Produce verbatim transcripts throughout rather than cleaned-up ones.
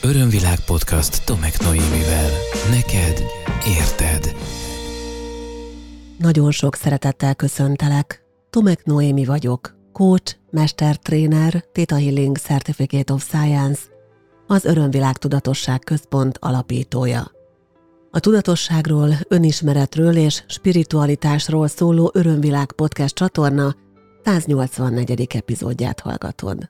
Örömvilág podcast Tomek Noémivel. Neked érted. Nagyon sok szeretettel köszöntelek. Tomek Noémi vagyok, coach, mestertréner, Theta Healing Certificate of Science, az Örömvilág Tudatosság Központ alapítója. A tudatosságról, önismeretről és spiritualitásról szóló Örömvilág podcast csatorna száznyolcvannegyedik epizódját hallgatod.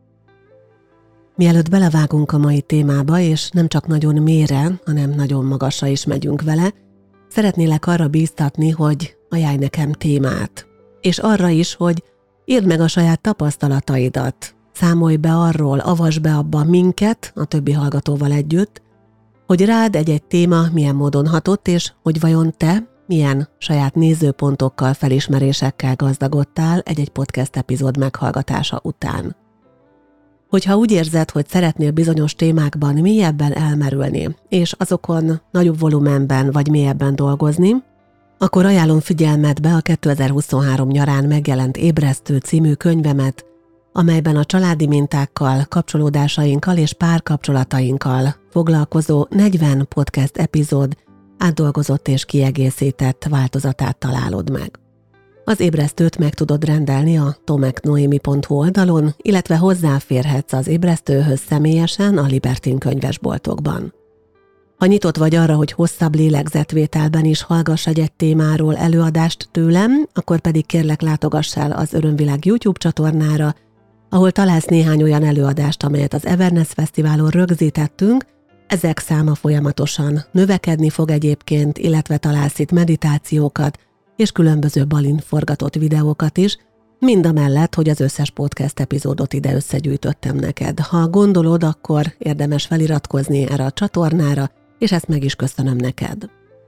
Mielőtt belevágunk a mai témába, és nem csak nagyon mélyre, hanem nagyon magasra is megyünk vele, szeretnélek arra bíztatni, hogy ajánlj nekem témát, és arra is, hogy írd meg a saját tapasztalataidat, számolj be arról, avasd be abba minket, a többi hallgatóval együtt, hogy rád egy-egy téma milyen módon hatott, és hogy vajon te milyen saját nézőpontokkal, felismerésekkel gazdagodtál egy-egy podcast epizód meghallgatása után. Hogyha úgy érzed, hogy szeretnél bizonyos témákban mélyebben elmerülni, és azokon nagyobb volumenben vagy mélyebben dolgozni, akkor ajánlom figyelmetbe a kétezer-huszonhárom nyarán megjelent Ébresztő című könyvemet, amelyben a családi mintákkal, kapcsolódásainkkal és párkapcsolatainkkal foglalkozó negyven podcast epizód átdolgozott és kiegészített változatát találod meg. Az Ébresztőt meg tudod rendelni a tomeknoemi pont hu oldalon, illetve hozzáférhetsz az Ébresztőhöz személyesen a Libertin könyvesboltokban. Ha nyitott vagy arra, hogy hosszabb lélegzetvételben is hallgass egy témáról előadást tőlem, akkor pedig kérlek látogass el az Örömvilág YouTube csatornára, ahol találsz néhány olyan előadást, amelyet az Everness Fesztiválon rögzítettünk, ezek száma folyamatosan növekedni fog egyébként, illetve találsz itt meditációkat és különböző balin forgatott videókat is, mindamellett, hogy az összes podcast epizódot ide összegyűjtöttem neked. Ha gondolod, akkor érdemes feliratkozni erre a csatornára, és ezt meg is köszönöm neked.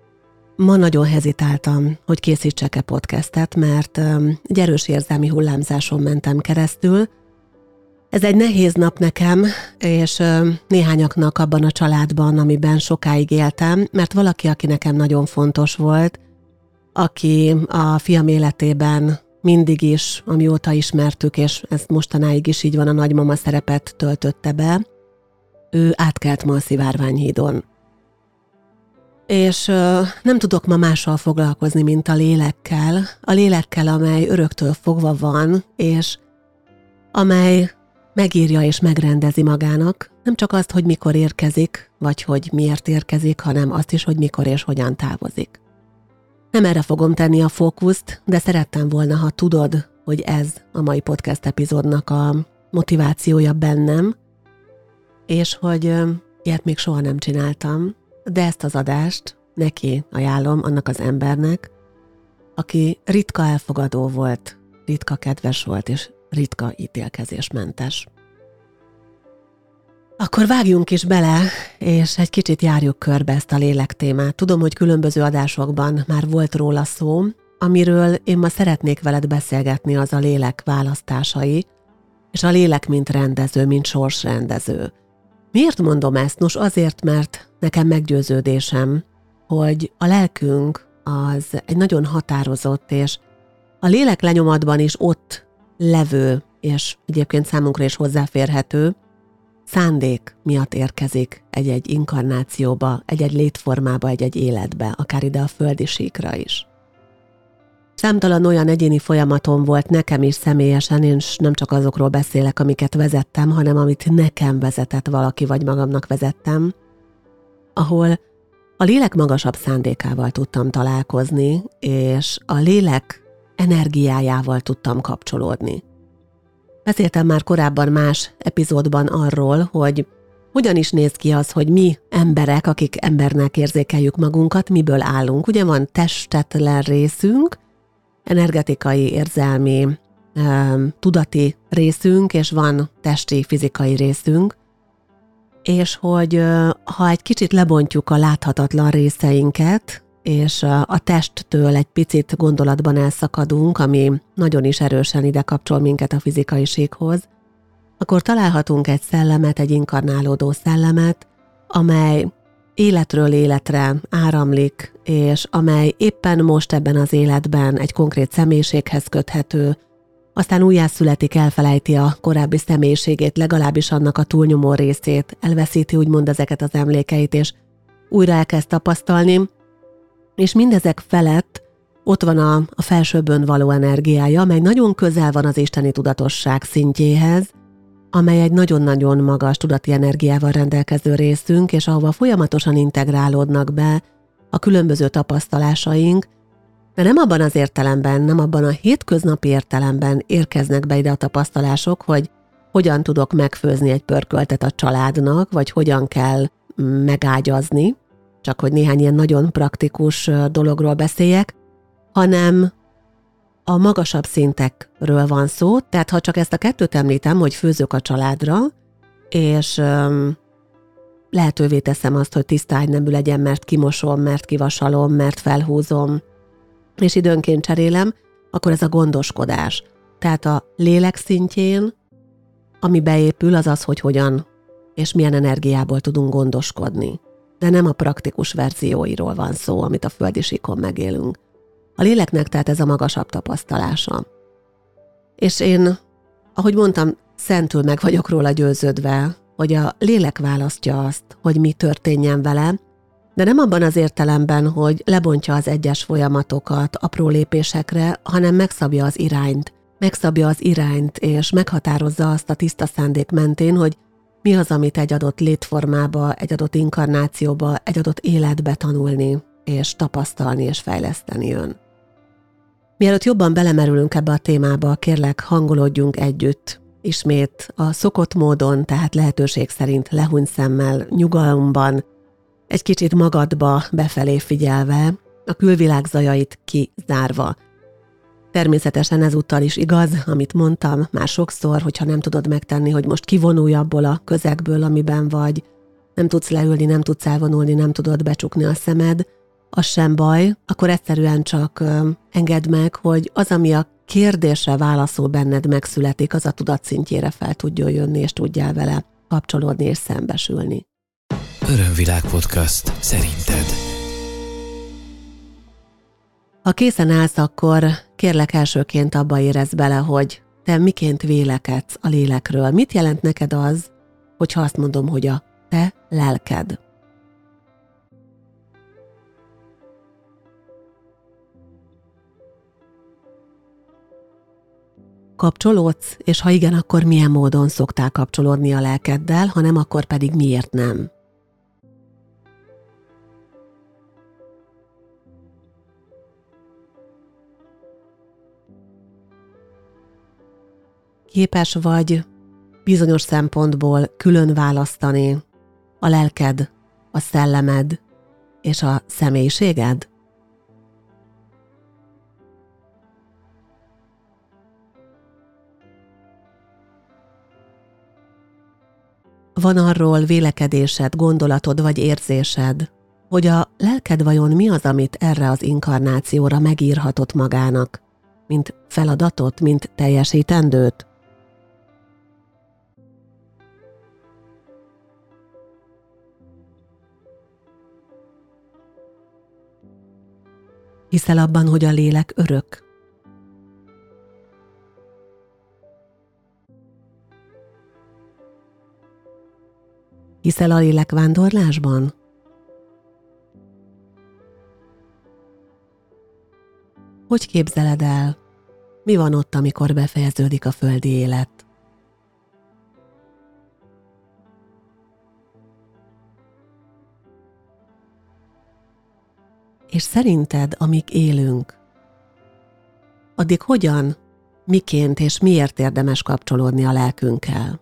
Ma nagyon hezitáltam, hogy készítsek-e podcastet, mert egy erős érzelmi hullámzáson mentem keresztül. Ez egy nehéz nap nekem, és néhányaknak abban a családban, amiben sokáig éltem, mert valaki, aki nekem nagyon fontos volt, aki a fiam életében mindig is, amióta ismertük, és ez mostanáig is így van, a nagymama szerepet töltötte be, ő átkelt ma a Szivárványhídon. És ö, nem tudok ma mással foglalkozni, mint a lélekkel, a lélekkel, amely öröktől fogva van, és amely megírja és megrendezi magának, nem csak azt, hogy mikor érkezik, vagy hogy miért érkezik, hanem azt is, hogy mikor és hogyan távozik. Nem erre fogom tenni a fókuszt, de szerettem volna, ha tudod, hogy ez a mai podcast epizódnak a motivációja bennem, és hogy ilyet még soha nem csináltam, de ezt az adást neki ajánlom, annak az embernek, aki ritka elfogadó volt, ritka kedves volt, és ritka ítélkezésmentes. Akkor vágjunk is bele, és egy kicsit járjuk körbe ezt a lélek témát. Tudom, hogy különböző adásokban már volt róla szó, amiről én ma szeretnék veled beszélgetni, az a lélek választásai, és a lélek mint rendező, mint sorsrendező. Miért mondom ezt? Nos, azért, mert nekem meggyőződésem, hogy a lelkünk az egy nagyon határozott, és a lélek lenyomatban is ott levő, és egyébként számunkra is hozzáférhető, szándék miatt érkezik egy-egy inkarnációba, egy-egy létformába, egy-egy életbe, akár ide a földi síkra is. Számtalan olyan egyéni folyamatom volt nekem is személyesen, és nem csak azokról beszélek, amiket vezettem, hanem amit nekem vezetett valaki, vagy magamnak vezettem, ahol a lélek magasabb szándékával tudtam találkozni, és a lélek energiájával tudtam kapcsolódni. Beszéltem már korábban más epizódban arról, hogy hogyan is néz ki az, hogy mi emberek, akik embernek érzékeljük magunkat, miből állunk. Ugye van testetlen részünk, energetikai, érzelmi, tudati részünk, és van testi, fizikai részünk, és hogy ha egy kicsit lebontjuk a láthatatlan részeinket, és a testtől egy picit gondolatban elszakadunk, ami nagyon is erősen ide kapcsol minket a fizikaiséghoz, akkor találhatunk egy szellemet, egy inkarnálódó szellemet, amely életről életre áramlik, és amely éppen most ebben az életben egy konkrét személyiséghez köthető, aztán újjászületik, elfelejti a korábbi személyiségét, legalábbis annak a túlnyomó részét, elveszíti úgymond ezeket az emlékeit, és újra elkezd tapasztalni, és mindezek felett ott van a, a felsőbbön való energiája, amely nagyon közel van az isteni tudatosság szintjéhez, amely egy nagyon-nagyon magas tudati energiával rendelkező részünk, és ahova folyamatosan integrálódnak be a különböző tapasztalásaink, de nem abban az értelemben, nem abban a hétköznapi értelemben érkeznek be ide a tapasztalások, hogy hogyan tudok megfőzni egy pörköltet a családnak, vagy hogyan kell megágyazni, csak hogy néhány ilyen nagyon praktikus dologról beszéljek, hanem a magasabb szintekről van szó, tehát ha csak ezt a kettőt említem, hogy főzök a családra, és öm, lehetővé teszem azt, hogy tiszta ágynemű legyen, mert kimosom, mert kivasalom, mert felhúzom, és időnként cserélem, akkor ez a gondoskodás. Tehát a lélek szintjén, ami beépül, az az, hogy hogyan és milyen energiából tudunk gondoskodni. De nem a praktikus verzióiról van szó, amit a földi síkon megélünk. A léleknek tehát ez a magasabb tapasztalása. És én, ahogy mondtam, szentül meg vagyok róla győződve, hogy a lélek választja azt, hogy mi történjen vele, de nem abban az értelemben, hogy lebontja az egyes folyamatokat apró lépésekre, hanem megszabja az irányt. Megszabja az irányt, és meghatározza azt a tiszta szándék mentén, hogy mi az, amit egy adott létformába, egy adott inkarnációba, egy adott életbe tanulni, és tapasztalni, és fejleszteni jön. Mielőtt jobban belemerülünk ebbe a témába, kérlek, hangolódjunk együtt, ismét a szokott módon, tehát lehetőség szerint lehúny szemmel, nyugalomban, egy kicsit magadba befelé figyelve, a külvilág zajait kizárva. Természetesen ezúttal is igaz, amit mondtam már sokszor, hogyha nem tudod megtenni, hogy most kivonulj abból a közegből, amiben vagy, nem tudsz leülni, nem tudsz elvonulni, nem tudod becsukni a szemed, az sem baj, akkor egyszerűen csak ö, engedd meg, hogy az, ami a kérdésre válaszol benned megszületik, az a tudat szintjére fel tudjon jönni, és tudjál vele kapcsolódni és szembesülni. Örömvilág podcast szerinted. Ha készen állsz, akkor kérlek elsőként abba érezd bele, hogy te miként vélekedsz a lélekről. Mit jelent neked az, hogyha azt mondom, hogy a te lelked? Kapcsolódsz, és ha igen, akkor milyen módon szoktál kapcsolódni a lelkeddel, ha nem, akkor pedig miért nem? Képes vagy bizonyos szempontból külön választani a lelked, a szellemed és a személyiséged? Van arról vélekedésed, gondolatod vagy érzésed, hogy a lelked vajon mi az, amit erre az inkarnációra megírhatott magának, mint feladatot, mint teljesítendőt? Hiszel abban, hogy a lélek örök? Hiszel a lélek vándorlásban? Hogy képzeled el? Mi van ott, amikor befejeződik a földi élet? És szerinted, amíg élünk, addig hogyan, miként és miért érdemes kapcsolódni a lelkünkkel?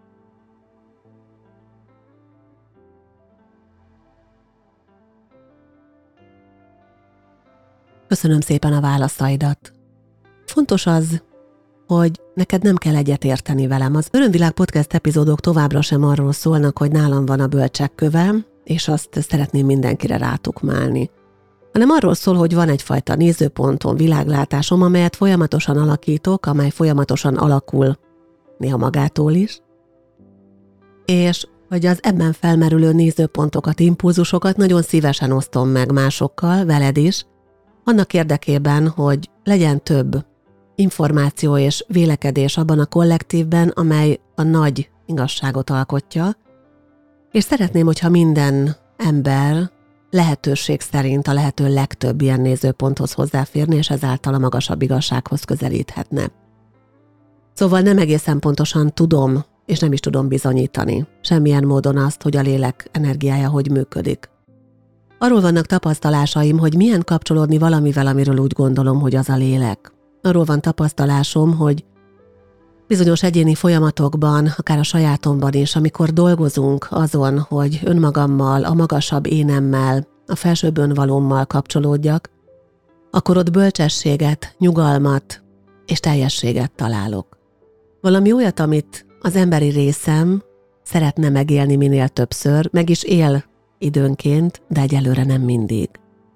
Köszönöm szépen a válaszaidat. Fontos az, hogy neked nem kell egyetérteni velem. Az Örömvilág podcast epizódok továbbra sem arról szólnak, hogy nálam van a bölcsekkövem, és azt szeretném mindenkire rátukmálni. Hanem arról szól, hogy van egyfajta nézőpontom, világlátásom, amelyet folyamatosan alakítok, amely folyamatosan alakul, néha magától is, és hogy az ebben felmerülő nézőpontokat, impulzusokat nagyon szívesen osztom meg másokkal, veled is, annak érdekében, hogy legyen több információ és vélekedés abban a kollektívben, amely a nagy igazságot alkotja, és szeretném, hogyha minden ember lehetőség szerint a lehető legtöbb ilyen nézőponthoz hozzáférni, és ezáltal a magasabb igazsághoz közelíthetne. Szóval nem egészen pontosan tudom, és nem is tudom bizonyítani semmilyen módon azt, hogy a lélek energiája hogy működik. Arról vannak tapasztalásaim, hogy milyen kapcsolódni valamivel, amiről úgy gondolom, hogy az a lélek. Arról van tapasztalásom, hogy bizonyos egyéni folyamatokban, akár a sajátomban is, amikor dolgozunk azon, hogy önmagammal, a magasabb énemmel, a felsőbb önvalómmal kapcsolódjak, akkor ott bölcsességet, nyugalmat és teljességet találok. Valami olyat, amit az emberi részem szeretne megélni minél többször, meg is él időnként, de egyelőre nem mindig.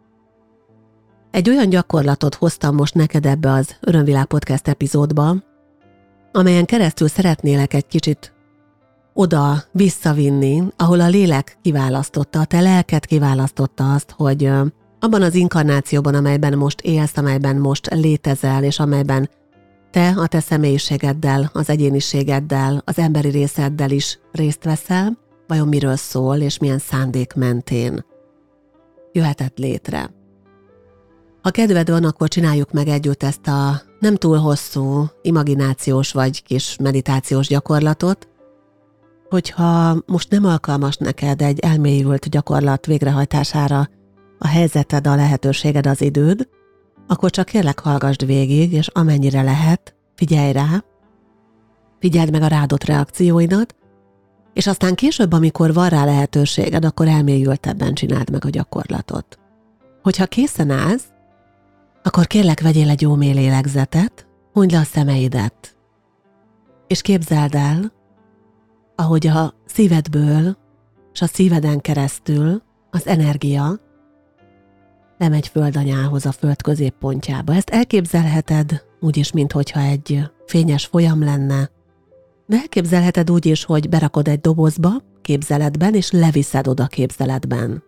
Egy olyan gyakorlatot hoztam most neked ebbe az Örömvilág Podcast epizódba, amelyen keresztül szeretnélek egy kicsit oda visszavinni, ahol a lélek kiválasztotta, a te lelked kiválasztotta azt, hogy abban az inkarnációban, amelyben most élsz, amelyben most létezel, és amelyben te a te személyiségeddel, az egyéniségeddel, az emberi részeddel is részt veszel, vajon miről szól, és milyen szándék mentén jöhetett létre. Ha kedved van, akkor csináljuk meg együtt ezt a nem túl hosszú, imaginációs vagy kis meditációs gyakorlatot. Hogyha most nem alkalmas neked egy elmélyült gyakorlat végrehajtására a helyzeted, a lehetőséged, az időd, akkor csak kérlek hallgasd végig, és amennyire lehet, figyelj rá, figyeld meg a ráadott reakcióidat, és aztán később, amikor van rá lehetőséged, akkor elmélyültebben csináld meg a gyakorlatot. Hogyha készen állsz, akkor kérlek vegyél egy jó mély lélegzetet, hunyd le a szemeidet, és képzeld el, ahogy a szívedből és a szíveden keresztül az energia lemegy földanyához, a föld középpontjába. Ezt elképzelheted úgy is, minthogyha egy fényes folyam lenne, de elképzelheted úgy is, hogy berakod egy dobozba, képzeletben, és leviszed oda képzeletben.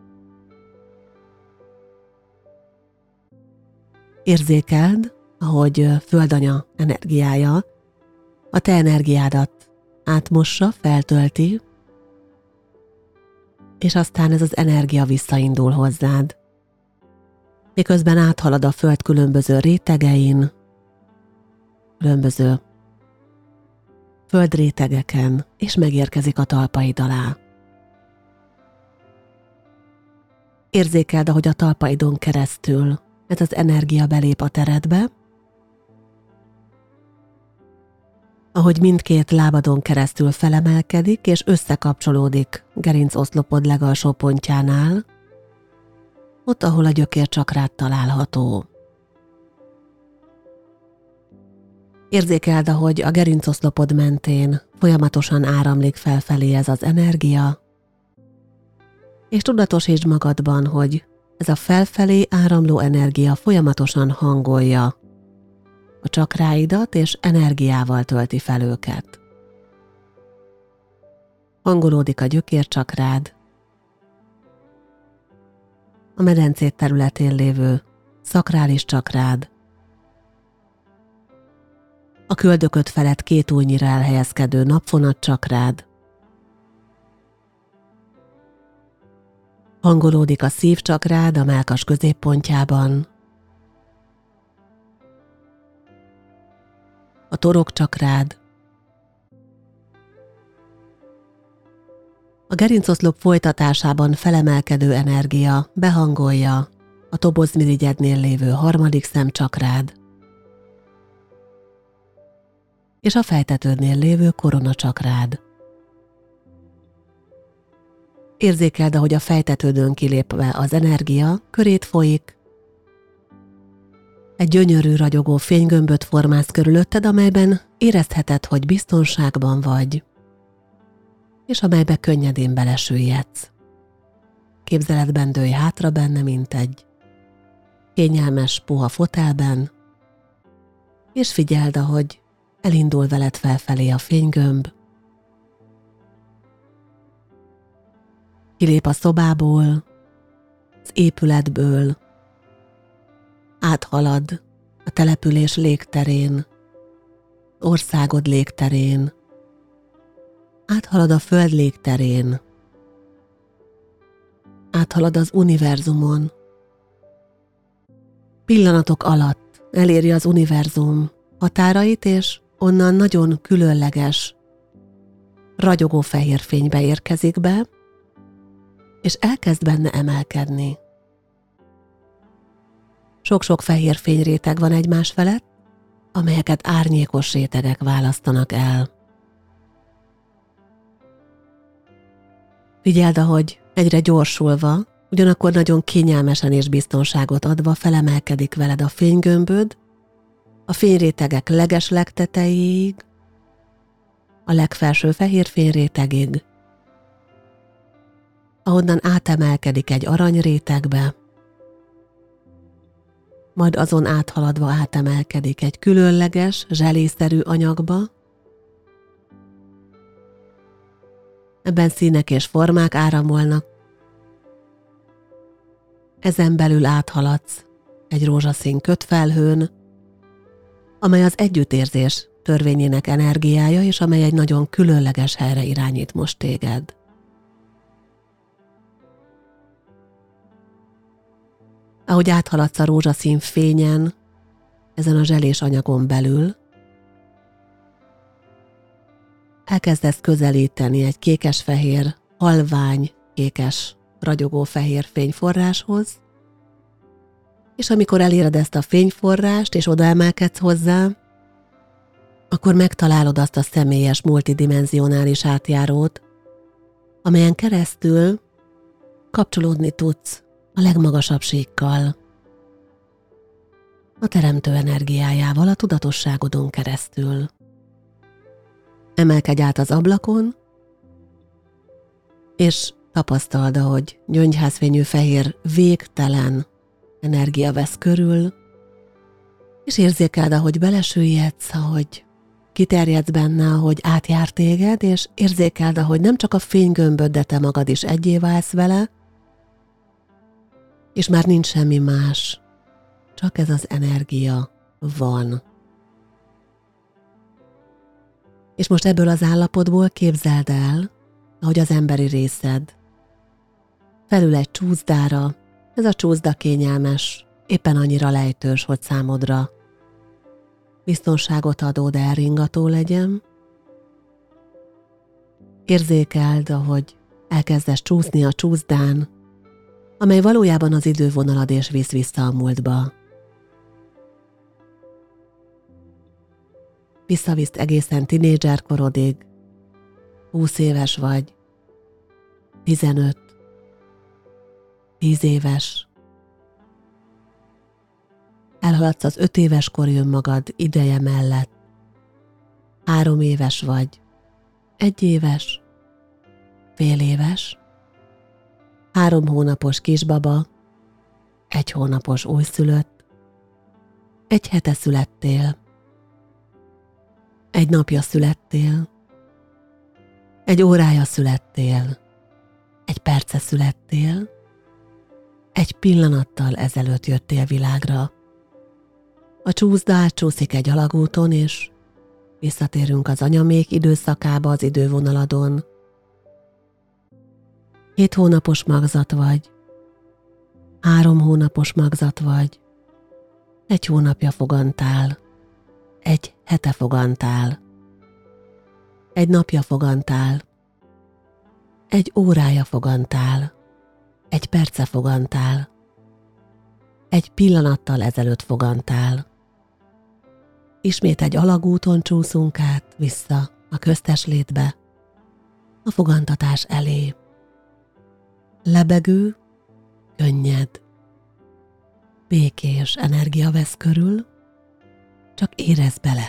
Érzékeld, ahogy földanya energiája a te energiádat átmossa, feltölti, és aztán ez az energia visszaindul hozzád. Miközben áthalad a föld különböző rétegein, különböző földrétegeken, és megérkezik a talpaid alá. Érzékeld, ahogy a talpaidon keresztül ez az energia belép a teredbe, ahogy mindkét lábadon keresztül felemelkedik, és összekapcsolódik gerincoszlopod legalsó pontjánál, ott, ahol a gyökércsakrát található. Érzékeld, ahogy a gerincoszlopod mentén folyamatosan áramlik felfelé ez az energia, és tudatosítsd magadban, hogy ez a felfelé áramló energia folyamatosan hangolja a csakráidat, és energiával tölti fel őket. Hangolódik a gyökércsakrád, a medencét területén lévő szakrális csakrád, a köldököd felett két ujjnyira elhelyezkedő napfonat csakrád, hangolódik a szívcsakrád a mellkas középpontjában, a torokcsakrád, a gerincoszlop folytatásában felemelkedő energia behangolja a tobozmirigyednél lévő harmadik szemcsakrád, és a fejtetődnél lévő koronacsakrád. Érzékeld, ahogy a fejtetődön kilépve az energia körét folyik, egy gyönyörű, ragyogó fénygömböt formálsz körülötted, amelyben érezheted, hogy biztonságban vagy, és amelybe könnyedén belesüllyedsz. Képzeletben dőlj hátra benne, mint egy kényelmes, puha fotelben, és figyeld, ahogy elindul veled felfelé a fénygömb, kilép a szobából, az épületből, áthalad a település légterén, országod légterén, áthalad a föld légterén, áthalad az univerzumon. Pillanatok alatt eléri az univerzum határait, és onnan nagyon különleges, ragyogó fehér fénybe érkezik be, és elkezd benne emelkedni. Sok-sok fehér fényréteg van egymás felett, amelyeket árnyékos rétegek választanak el. Figyeld, ahogy egyre gyorsulva, ugyanakkor nagyon kényelmesen és biztonságot adva felemelkedik veled a fénygömböd, a fényrétegek legeslegtetejéig, a legfelső fehér fényrétegig, ahonnan átemelkedik egy aranyrétegbe, majd azon áthaladva átemelkedik egy különleges, zselészerű anyagba. Ebben színek és formák áramolnak. Ezen belül áthaladsz egy rózsaszín kötfelhőn, amely az együttérzés törvényének energiája, és amely egy nagyon különleges helyre irányít most téged. Ahogy áthaladsz a rózsaszín fényen, ezen a zselés anyagon belül, elkezdesz közelíteni egy kékes-fehér, halvány, kékes, ragyogó fehér fényforráshoz, és amikor eléred ezt a fényforrást, és odaemelkedsz hozzá, akkor megtalálod azt a személyes, multidimenzionális átjárót, amelyen keresztül kapcsolódni tudsz a legmagasabb síkkal, a teremtő energiájával, a tudatosságodon keresztül. Emelkedj át az ablakon, és tapasztald, ahogy gyöngyházfényű fehér, végtelen energia vesz körül, és érzékeld, ahogy belesüllyedsz, ahogy kiterjedsz benne, ahogy átjár téged, és érzékeld, ahogy nem csak a fénygömböd, de te magad is egyé válsz vele, és már nincs semmi más, csak ez az energia van. És most ebből az állapotból képzeld el, ahogy az emberi részed felül egy csúszdára, ez a csúszda kényelmes, éppen annyira lejtős, hogy számodra biztonságot adó, de elringató legyen. Érzékeld, ahogy elkezdesz csúszni a csúszdán, amely valójában az idővonalad, és visz vissza a múltba. Visszavisz egészen tinédzserkorodig, húsz éves vagy, tizenöt, tíz éves. Elhaladsz az öt éves kor önmagad ideje mellett, három éves vagy, egy éves, fél éves, három hónapos kisbaba, egy hónapos újszülött, egy hete születtél, egy napja születtél, egy órája születtél, egy perce születtél, egy pillanattal ezelőtt jöttél világra. A csúszda átcsúszik egy alagúton, és visszatérünk az anyamék időszakába az idővonaladon. Hét hónapos magzat vagy, három hónapos magzat vagy, egy hónapja fogantál, egy hete fogantál, egy napja fogantál, egy órája fogantál, egy perce fogantál, egy pillanattal ezelőtt fogantál. Ismét egy alagúton csúszunk át vissza a köztes létbe, a fogantatás elé. Lebegő, könnyed, békés energia vesz körül, csak érezd bele.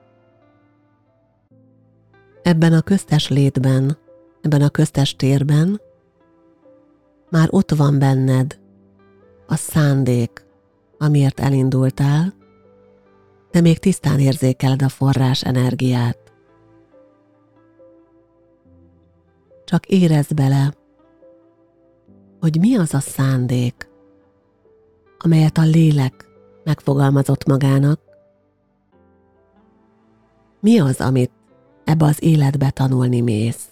Ebben a köztes létben, ebben a köztes térben már ott van benned a szándék, amiért elindultál, de még tisztán érzékeled a forrás energiát. Csak érezd bele, hogy mi az a szándék, amelyet a lélek megfogalmazott magának. Mi az, amit ebbe az életbe tanulni mész?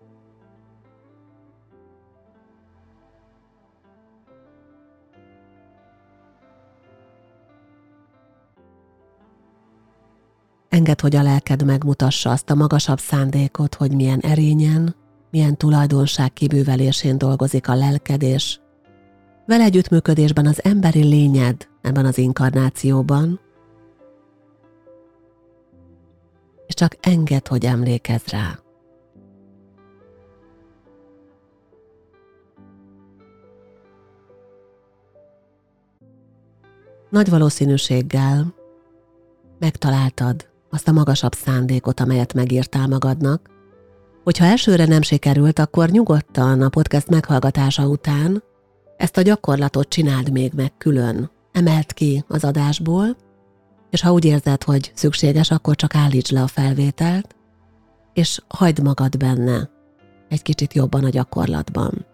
Engedd, hogy a lelked megmutassa azt a magasabb szándékot, hogy milyen erényen, milyen tulajdonság kibővelésén dolgozik a lelked, és vele együttműködésben az emberi lényed ebben az inkarnációban, és csak engedd, hogy emlékezz rá. Nagy valószínűséggel megtaláltad azt a magasabb szándékot, amelyet megírtál magadnak. Hogyha elsőre nem sikerült, akkor nyugodtan a podcast meghallgatása után ezt a gyakorlatot csináld még meg külön. Emeld ki az adásból, és ha úgy érzed, hogy szükséges, akkor csak állítsd le a felvételt, és hagyd magad benne egy kicsit jobban a gyakorlatban.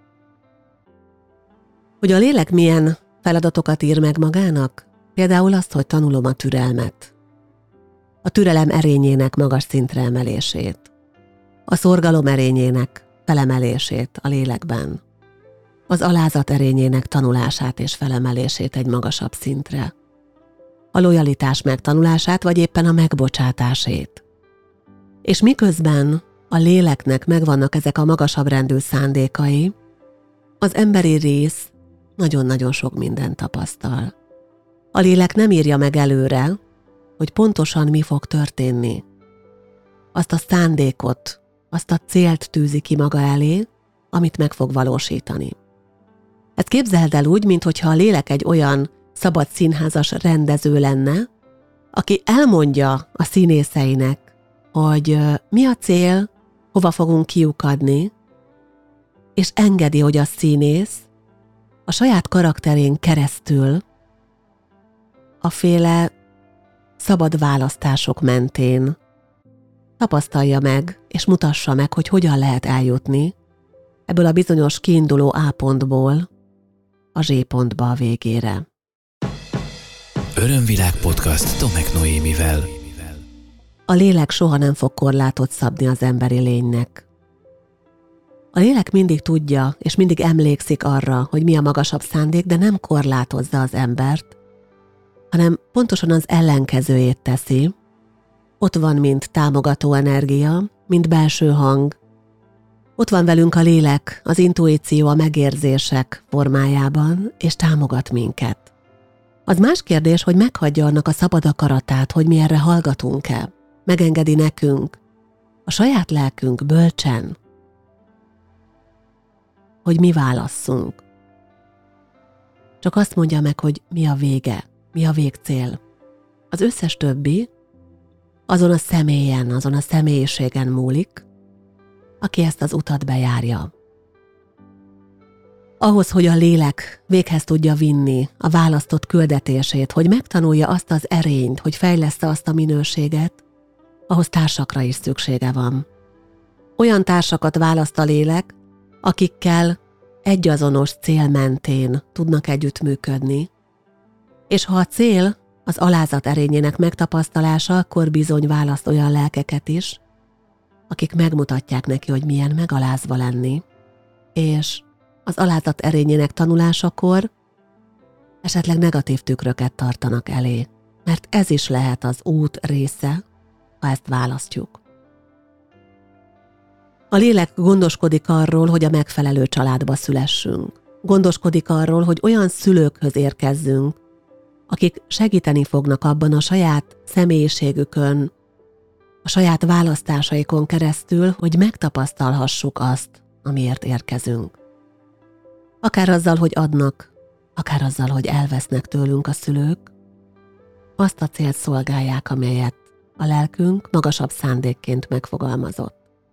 Hogy a lélek milyen feladatokat ír meg magának? Például azt, hogy tanulom a türelmet, a türelem erényének magas szintre emelését, a szorgalom erényének felemelését a lélekben, az alázat erényének tanulását és felemelését egy magasabb szintre, a lojalitás megtanulását, vagy éppen a megbocsátásét. És miközben a léleknek megvannak ezek a magasabb rendű szándékai, az emberi rész nagyon-nagyon sok mindent tapasztal. A lélek nem írja meg előre, hogy pontosan mi fog történni. Azt a szándékot, azt a célt tűzi ki maga elé, amit meg fog valósítani. Ezt képzeld el úgy, minthogyha a lélek egy olyan szabad színházas rendező lenne, aki elmondja a színészeinek, hogy mi a cél, hova fogunk kiukadni, és engedi, hogy a színész a saját karakterén keresztül a féle szabad választások mentén tapasztalja meg, és mutassa meg, hogy hogyan lehet eljutni ebből a bizonyos kiinduló A pontból a Z pontba a végére. Örömvilág podcast Tomek Noémivel. A lélek soha nem fog korlátot szabni az emberi lénynek. A lélek mindig tudja, és mindig emlékszik arra, hogy mi a magasabb szándék, de nem korlátozza az embert, hanem pontosan az ellenkezőjét teszi. Ott van mint támogató energia, mint belső hang. Ott van velünk a lélek, az intuíció, a megérzések formájában, és támogat minket. Az más kérdés, hogy meghagyja annak a szabad akaratát, hogy mi erre hallgatunk-e. Megengedi nekünk, a saját lelkünk bölcsen, hogy mi válasszunk. Csak azt mondja meg, hogy mi a vége, mi a végcél. Az összes többi azon a személyen, azon a személyiségen múlik, aki ezt az utat bejárja. Ahhoz, hogy a lélek véghez tudja vinni a választott küldetését, hogy megtanulja azt az erényt, hogy fejleszte azt a minőséget, ahhoz társakra is szüksége van. Olyan társakat választ a lélek, akikkel egyazonos cél mentén tudnak együttműködni, és ha a cél az alázat erényének megtapasztalása, akkor bizony választ olyan lelkeket is, akik megmutatják neki, hogy milyen megalázva lenni, és az alázat erényének tanulásakor esetleg negatív tükröket tartanak elé, mert ez is lehet az út része, ha ezt választjuk. A lélek gondoskodik arról, hogy a megfelelő családba szülessünk. Gondoskodik arról, hogy olyan szülőkhöz érkezzünk, akik segíteni fognak abban a saját személyiségükön, a saját választásaikon keresztül, hogy megtapasztalhassuk azt, amiért érkezünk. Akár azzal, hogy adnak, akár azzal, hogy elvesznek tőlünk a szülők, azt a célt szolgálják, amelyet a lelkünk magasabb szándékként megfogalmazott.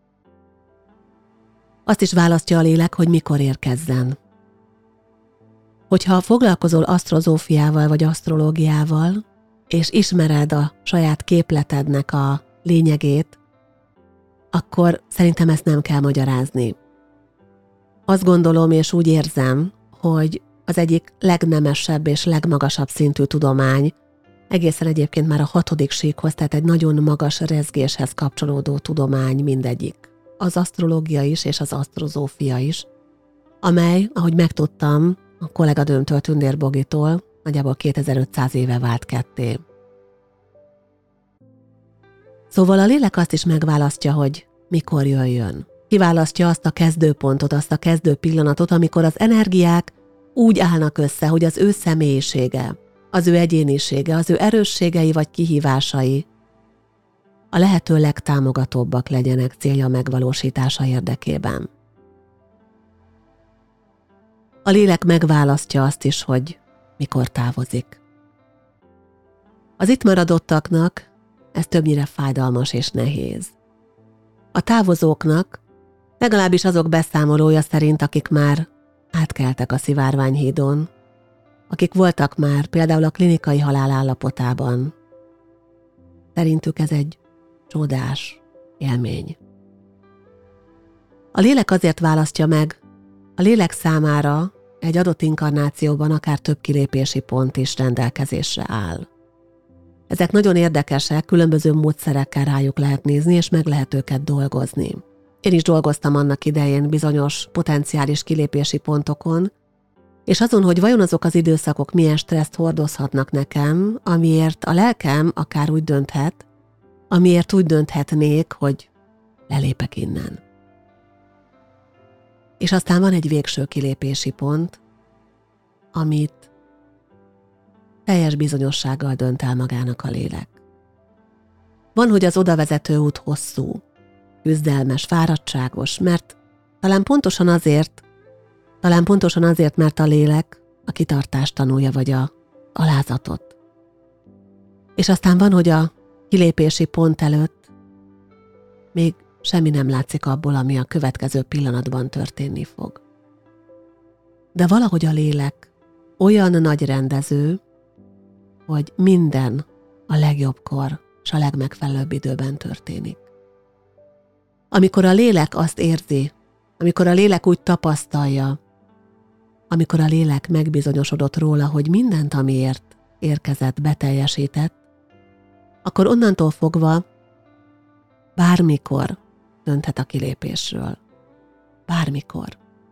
Azt is választja a lélek, hogy mikor érkezzen. Hogyha foglalkozol asztrozófiával vagy asztrológiával, és ismered a saját képletednek a lényegét, akkor szerintem ezt nem kell magyarázni. Azt gondolom és úgy érzem, hogy az egyik legnemesebb és legmagasabb szintű tudomány, egészen egyébként már a hatodik síkhoz, tehát egy nagyon magas rezgéshez kapcsolódó tudomány mindegyik. Az asztrológia is és az asztrozófia is, amely, ahogy megtudtam a kolléganőmtől, Tündér Bogitól, nagyjából kétezer-ötszáz éve vált ketté. Szóval a lélek azt is megválasztja, hogy mikor jöjjön. Kiválasztja azt a kezdőpontot, azt a kezdő pillanatot, amikor az energiák úgy állnak össze, hogy az ő személyisége, az ő egyénisége, az ő erősségei vagy kihívásai a lehető legtámogatóbbak legyenek célja megvalósítása érdekében. A lélek megválasztja azt is, hogy mikor távozik. Az itt maradottaknak ez többnyire fájdalmas és nehéz. A távozóknak, legalábbis azok beszámolója szerint, akik már átkeltek a Szivárványhídon, akik voltak már például a klinikai halál állapotában, szerintük ez egy csodás élmény. A lélek azért választja meg, a lélek számára egy adott inkarnációban akár több kilépési pont is rendelkezésre áll. Ezek nagyon érdekesek, különböző módszerekkel rájuk lehet nézni, és meg lehet őket dolgozni. Én is dolgoztam annak idején bizonyos potenciális kilépési pontokon, és azon, hogy vajon azok az időszakok milyen stresszt hordozhatnak nekem, amiért a lelkem akár úgy dönthet, amiért úgy dönthetnék, hogy lelépek innen. És aztán van egy végső kilépési pont, amit teljes bizonyossággal dönt el magának a lélek. Van, hogy az odavezető út hosszú, küzdelmes, fáradtságos, mert talán pontosan azért, talán pontosan azért, mert a lélek a kitartást tanulja, vagy a alázatot. És aztán van, hogy a kilépési pont előtt még semmi nem látszik abból, ami a következő pillanatban történni fog. De valahogy a lélek olyan nagy rendező, hogy minden a legjobbkor és a legmegfelelőbb időben történik. Amikor a lélek azt érzi, amikor a lélek úgy tapasztalja, amikor a lélek megbizonyosodott róla, hogy mindent, amiért érkezett, beteljesített, akkor onnantól fogva bármikor dönthet a kilépésről. Bármikor.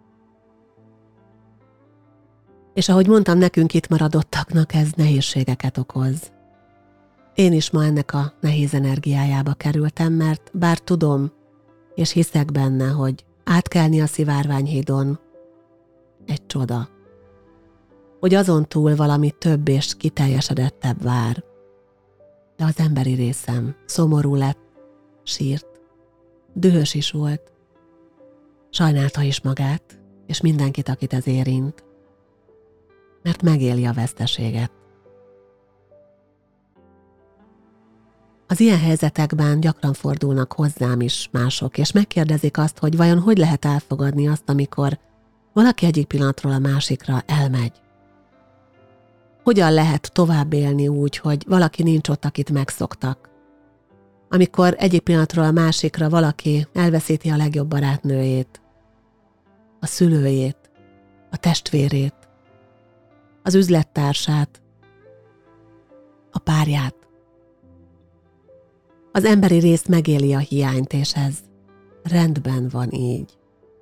És ahogy mondtam, nekünk itt maradottaknak ez nehézségeket okoz. Én is ma ennek a nehéz energiájába kerültem, mert bár tudom, és hiszek benne, hogy átkelni a Szivárványhídon egy csoda. Hogy azon túl valami több és kiteljesedettebb vár. De az emberi részem szomorú lett, sírt, dühös is volt, sajnálta is magát, és mindenkit, akit ez érint, mert megéli a veszteséget. Az ilyen helyzetekben gyakran fordulnak hozzám is mások, és megkérdezik azt, hogy vajon hogy lehet elfogadni azt, amikor valaki egyik pillanatról a másikra elmegy. Hogyan lehet tovább élni úgy, hogy valaki nincs ott, akit megszoktak? Amikor egyik pillanatról a másikra valaki elveszíti a legjobb barátnőjét, a szülőjét, a testvérét, az üzlettársát, a párját. Az emberi rész megéli a hiányt, és ez rendben van így.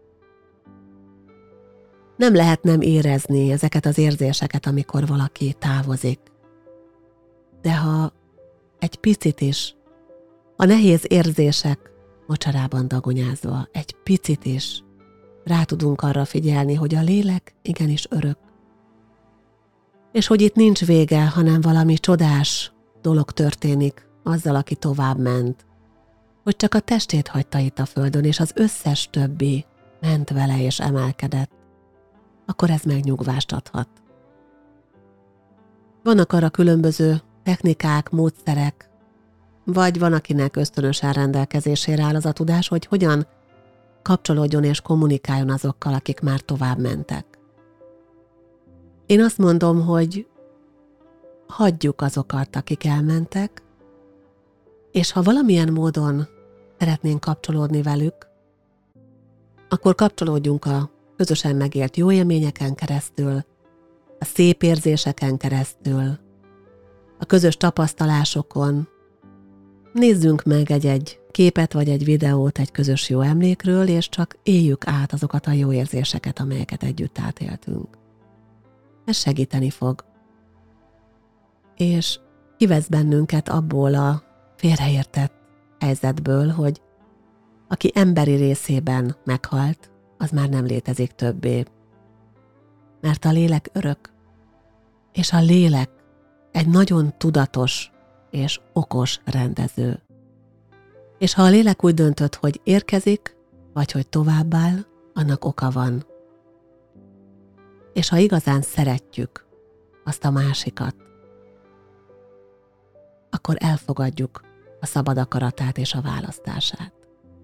Nem lehet nem érezni ezeket az érzéseket, amikor valaki távozik. De ha egy picit is, a nehéz érzések mocsarában dagonyázva, egy picit is rá tudunk arra figyelni, hogy a lélek igenis örök. És hogy itt nincs vége, hanem valami csodás dolog történik azzal, aki tovább ment. Hogy csak a testét hagyta itt a földön, és az összes többi ment vele és emelkedett. Akkor ez megnyugvást adhat. Vannak arra különböző technikák, módszerek, vagy van, akinek ösztönösen rendelkezésére áll az a tudás, hogy hogyan kapcsolódjon és kommunikáljon azokkal, akik már tovább mentek. Én azt mondom, hogy hagyjuk azokat, akik elmentek, és ha valamilyen módon szeretnénk kapcsolódni velük, akkor kapcsolódjunk a közösen megélt jó élményeken keresztül, a szép érzéseken keresztül, a közös tapasztalásokon. Nézzünk meg egy-egy képet vagy egy videót egy közös jó emlékről, és csak éljük át azokat a jó érzéseket, amelyeket együtt átéltünk. Ez segíteni fog. És kivesz bennünket abból a félreértett helyzetből, hogy aki emberi részében meghalt, az már nem létezik többé. Mert a lélek örök, és a lélek egy nagyon tudatos és okos rendező. És ha a lélek úgy döntött, hogy érkezik, vagy hogy továbbáll, annak oka van. És ha igazán szeretjük azt a másikat, akkor elfogadjuk a szabad akaratát és a választását.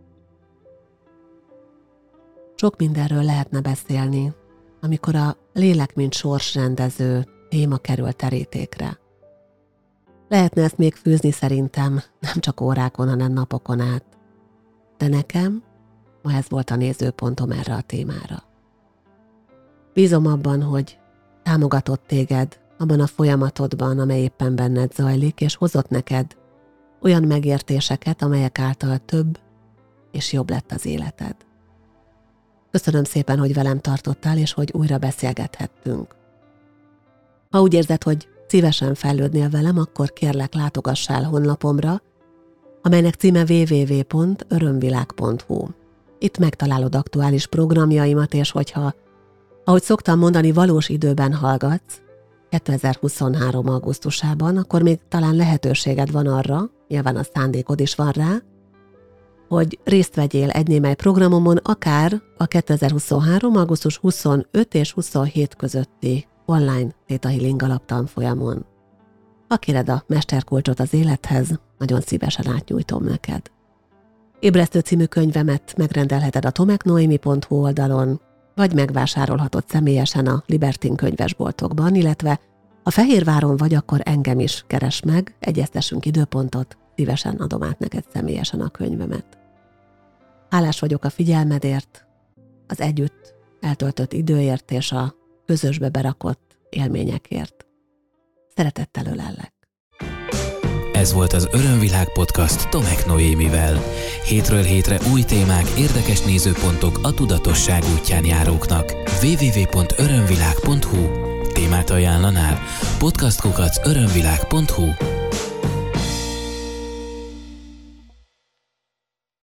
Sok mindenről lehetne beszélni, amikor a lélek mint sorsrendező téma kerül terítékre. Lehetne ezt még fűzni szerintem, nem csak órákon, hanem napokon át. De nekem ma ez volt a nézőpontom erre a témára. Bízom abban, hogy támogatott téged abban a folyamatodban, amely éppen benned zajlik, és hozott neked olyan megértéseket, amelyek által több és jobb lett az életed. Köszönöm szépen, hogy velem tartottál, és hogy újra beszélgethettünk. Ha úgy érzed, hogy szívesen fejlődnél velem, akkor kérlek, látogass el honlapomra, amelynek címe double-u double-u double-u pont örömvilág pont hu. Itt megtalálod aktuális programjaimat, és hogyha, ahogy szoktam mondani, valós időben hallgatsz, kétezer-huszonhárom. augusztusában, akkor még talán lehetőséged van arra, nyilván a szándékod is van rá, hogy részt vegyél egy némely programomon, akár a kétezer-huszonhárom. augusztus huszonötödike és huszonhétedike közötti online Theta Healing alaptanfolyamon. Ha kéred a mesterkulcsot az élethez, nagyon szívesen átnyújtom neked. Ébresztő című könyvemet megrendelheted a tomeknoemi pont hu oldalon, vagy megvásárolhatod személyesen a Libertin könyvesboltokban, illetve ha Fehérváron vagy, akkor engem is keresd meg, egyeztessünk időpontot, szívesen adom át neked személyesen a könyvemet. Hálás vagyok a figyelmedért, az együtt eltöltött időért és a közösbe berakott élményekért. Szeretettel ölellek. Ez volt az Örömvilág podcast Tomek Noémivel. Hétről hétre új témák, érdekes nézőpontok a tudatosság útján járóknak. double-u double-u double-u pont örömvilág pont hu. Témát ajánlanál? podcast kukac örömvilág pont hu.